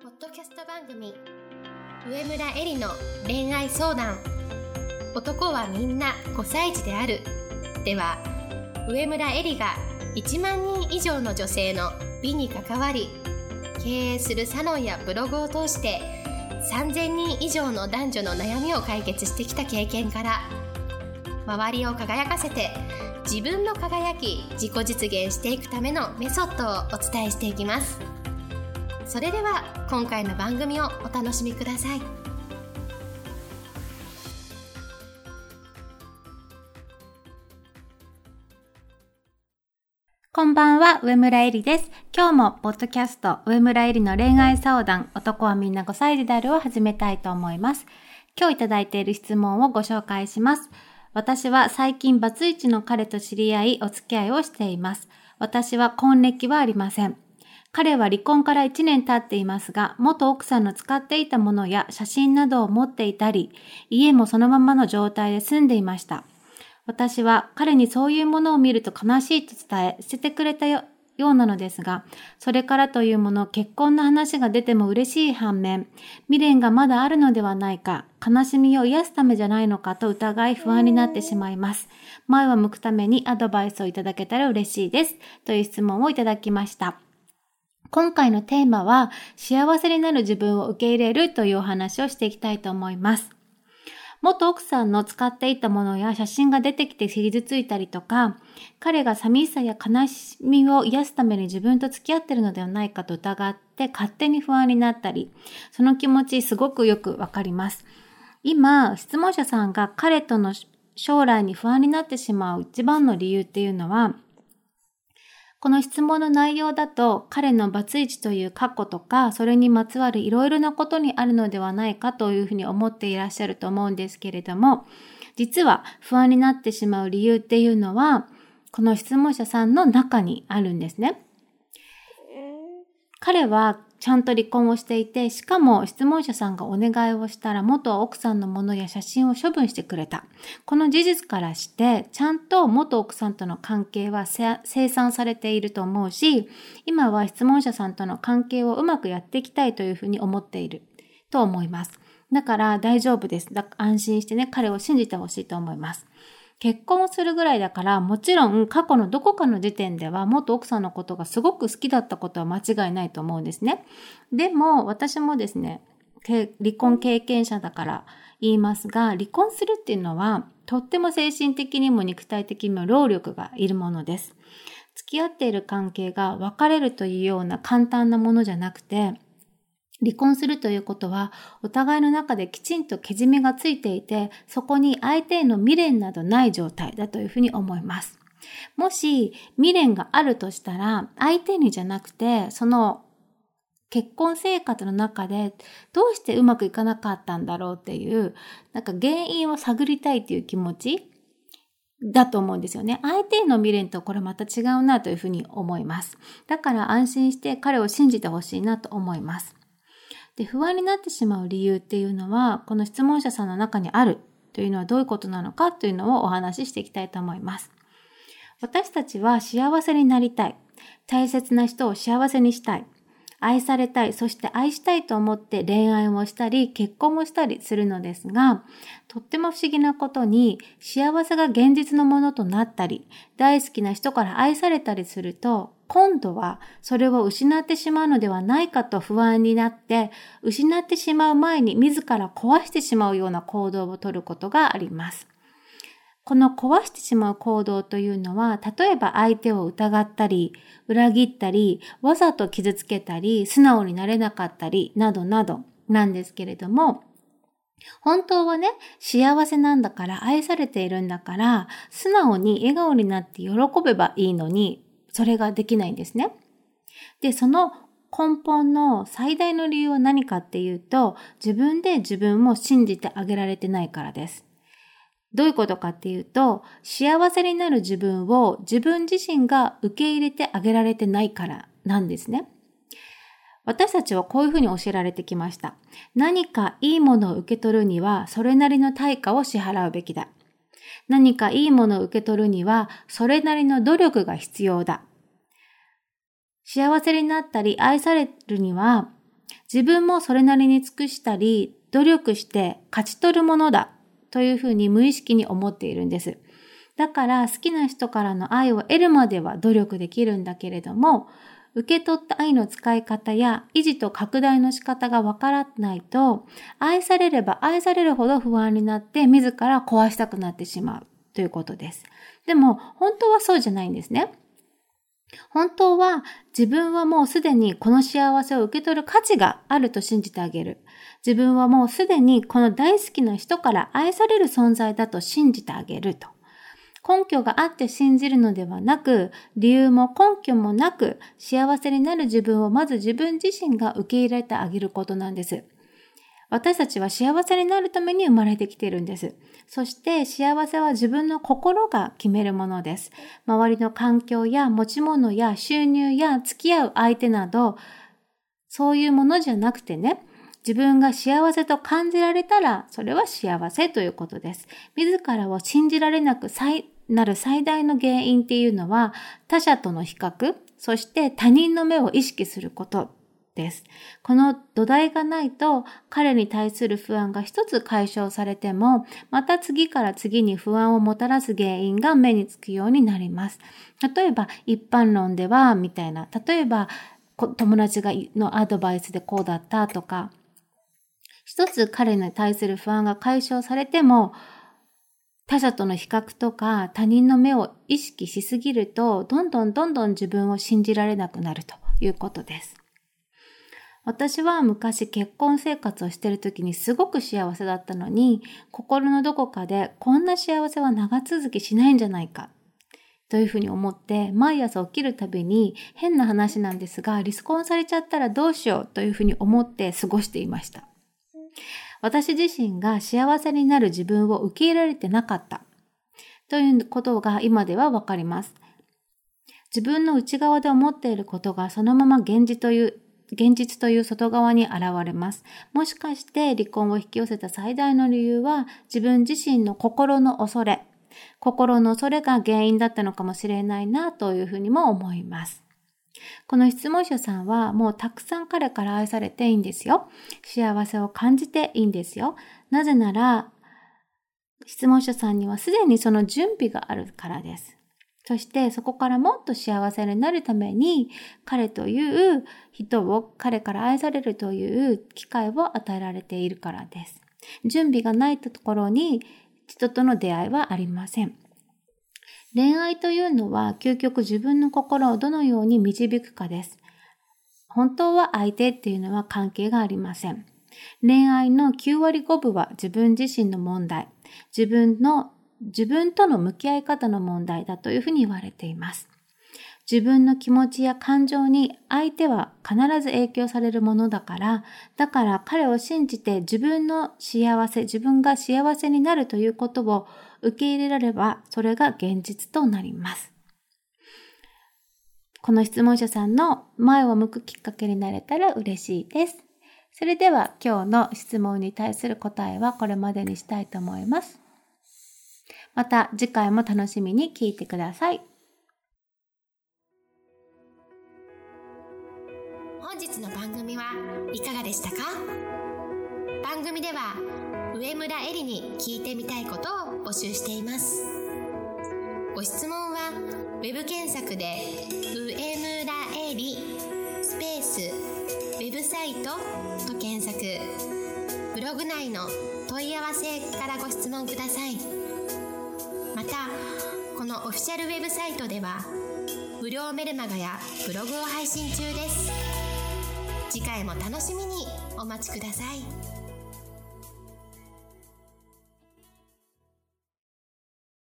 ポッドキャスト番組上村えりの恋愛相談。男はみんな5歳児であるでは、上村えりが1万人以上の女性の美に関わり、経営するサロンやブログを通して3000人以上の男女の悩みを解決してきた経験から、周りを輝かせて自分も輝き自己実現していくためのメソッドをお伝えしていきます。それでは今回の番組をお楽しみください。 こんばんは、上村えりです。今日もポッドキャスト上村えりの恋愛相談、男はみんな5歳児であるを始めたいと思います。今日いただいている質問をご紹介します。私は最近バツイチの彼と知り合いお付き合いをしています。私は婚歴はありません。彼は離婚から1年経っていますが、元奥さんの使っていたものや写真などを持っていたり、家もそのままの状態で住んでいました。私は彼にそういうものを見ると悲しいと伝え、捨ててくれたようなのですが、それからというもの、結婚の話が出ても嬉しい反面、未練がまだあるのではないか、悲しみを癒すためじゃないのかと疑い不安になってしまいます。前を向くためにアドバイスをいただけたら嬉しいです。という質問をいただきました。今回のテーマは、幸せになる自分を受け入れるというお話をしていきたいと思います。元奥さんの使っていたものや写真が出てきて傷ついたりとか、彼が寂しさや悲しみを癒すために自分と付き合っているのではないかと疑って勝手に不安になったり、その気持ちすごくよくわかります。今、質問者さんが彼との将来に不安になってしまう一番の理由っていうのは、この質問の内容だと彼のバツイチという過去とかそれにまつわるいろいろなことにあるのではないかというふうに思っていらっしゃると思うんですけれども、実は不安になってしまう理由っていうのはこの質問者さんの中にあるんですね。彼はちゃんと離婚をしていて、しかも質問者さんがお願いをしたら元奥さんのものや写真を処分してくれた。この事実からして、ちゃんと元奥さんとの関係は清算されていると思うし、今は質問者さんとの関係をうまくやっていきたいというふうに思っていると思います。だから大丈夫です。安心してね、彼を信じてほしいと思います。結婚をするぐらいだから、もちろん過去のどこかの時点では元奥さんのことがすごく好きだったことは間違いないと思うんですね。でも私もですね、離婚経験者だから言いますが、離婚するっていうのはとっても精神的にも肉体的にも労力がいるものです。付き合っている関係が別れるというような簡単なものじゃなくて、離婚するということは、お互いの中できちんとけじめがついていて、そこに相手への未練などない状態だというふうに思います。もし未練があるとしたら、相手にじゃなくて、その結婚生活の中でどうしてうまくいかなかったんだろうっていう、原因を探りたいという気持ちだと思うんですよね。相手への未練とこれまた違うなというふうに思います。だから安心して彼を信じてほしいなと思います。で、不安になってしまう理由っていうのは、この質問者さんの中にあるというのはどういうことなのかというのをお話ししていきたいと思います。私たちは幸せになりたい。大切な人を幸せにしたい。愛されたい。そして愛したいと思って恋愛をしたり、結婚をしたりするのですが、とっても不思議なことに、幸せが現実のものとなったり、大好きな人から愛されたりすると、今度はそれを失ってしまうのではないかと不安になって、失ってしまう前に自ら壊してしまうような行動をとることがあります。この壊してしまう行動というのは、例えば相手を疑ったり、裏切ったり、わざと傷つけたり、素直になれなかったり、などなどなんですけれども、本当はね、幸せなんだから愛されているんだから、素直に笑顔になって喜べばいいのに、それができないんですね。で、その根本の最大の理由は何かっていうと、自分で自分を信じてあげられてないからです。どういうことかっていうと、幸せになる自分を自分自身が受け入れてあげられてないからなんですね。私たちはこういうふうに教えられてきました。何かいいものを受け取るには、それなりの対価を支払うべきだ。何かいいものを受け取るには、それなりの努力が必要だ。幸せになったり愛されるには、 自分もそれなりに尽くしたり、努力して勝ち取るものだというふうに無意識に思っているんです。だから好きな人からの愛を得るまでは努力できるんだけれども、受け取った愛の使い方や維持と拡大の仕方がわからないと、愛されれば愛されるほど不安になって自ら壊したくなってしまうということです。でも本当はそうじゃないんですね。本当は自分はもうすでにこの幸せを受け取る価値があると信じてあげる。自分はもうすでにこの大好きな人から愛される存在だと信じてあげると。根拠があって信じるのではなく、理由も根拠もなく、幸せになる自分をまず自分自身が受け入れてあげることなんです。私たちは幸せになるために生まれてきているんです。そして幸せは自分の心が決めるものです。周りの環境や持ち物や収入や付き合う相手など、そういうものじゃなくてね、自分が幸せと感じられたら、それは幸せということです。自らを信じられなくなる最大の原因っていうのは、他者との比較、そして他人の目を意識することです。この土台がないと、彼に対する不安が一つ解消されても、また次から次に不安をもたらす原因が目につくようになります。例えば、一般論では、みたいな。例えば、友達のアドバイスでこうだったとか、一つ彼に対する不安が解消されても、他者との比較とか他人の目を意識しすぎると、どんどん自分を信じられなくなるということです。私は昔結婚生活をしている時にすごく幸せだったのに、心のどこかでこんな幸せは長続きしないんじゃないかというふうに思って、毎朝起きるたびに変な話なんですが、離婚されちゃったらどうしようというふうに思って過ごしていました。私自身が幸せになる自分を受け入れられてなかったということが今ではわかります。自分の内側で思っていることがそのまま現実という外側に現れます。もしかして離婚を引き寄せた最大の理由は自分自身の心の恐れが原因だったのかもしれないなというふうにも思います。この質問者さんはもうたくさん彼から愛されていいんですよ。幸せを感じていいんですよ。なぜなら、質問者さんにはすでにその準備があるからです。そしてそこからもっと幸せになるために、彼という人を彼から愛されるという機会を与えられているからです。準備がないところに人との出会いはありません。恋愛というのは究極自分の心をどのように導くかです。本当は相手っていうのは関係がありません。恋愛の9割5分は自分自身の問題、自分との向き合い方の問題だというふうに言われています。自分の気持ちや感情に相手は必ず影響されるものだから彼を信じて自分が幸せになるということを受け入れられれば、それが現実となります。この質問者さんの前を向くきっかけになれたら嬉しいです。それでは今日の質問に対する答えはこれまでにしたいと思います。また次回も楽しみに聞いてください。 本日の番組はいかがでしたか？番組では上村えりに聞いてみたいことを募集しています。ご質問はウェブ検索で上村えりスペースウェブサイトと検索、ブログ内の問い合わせからご質問ください。またこのオフィシャルウェブサイトでは無料メルマガやブログを配信中です。次回も楽しみにお待ちください。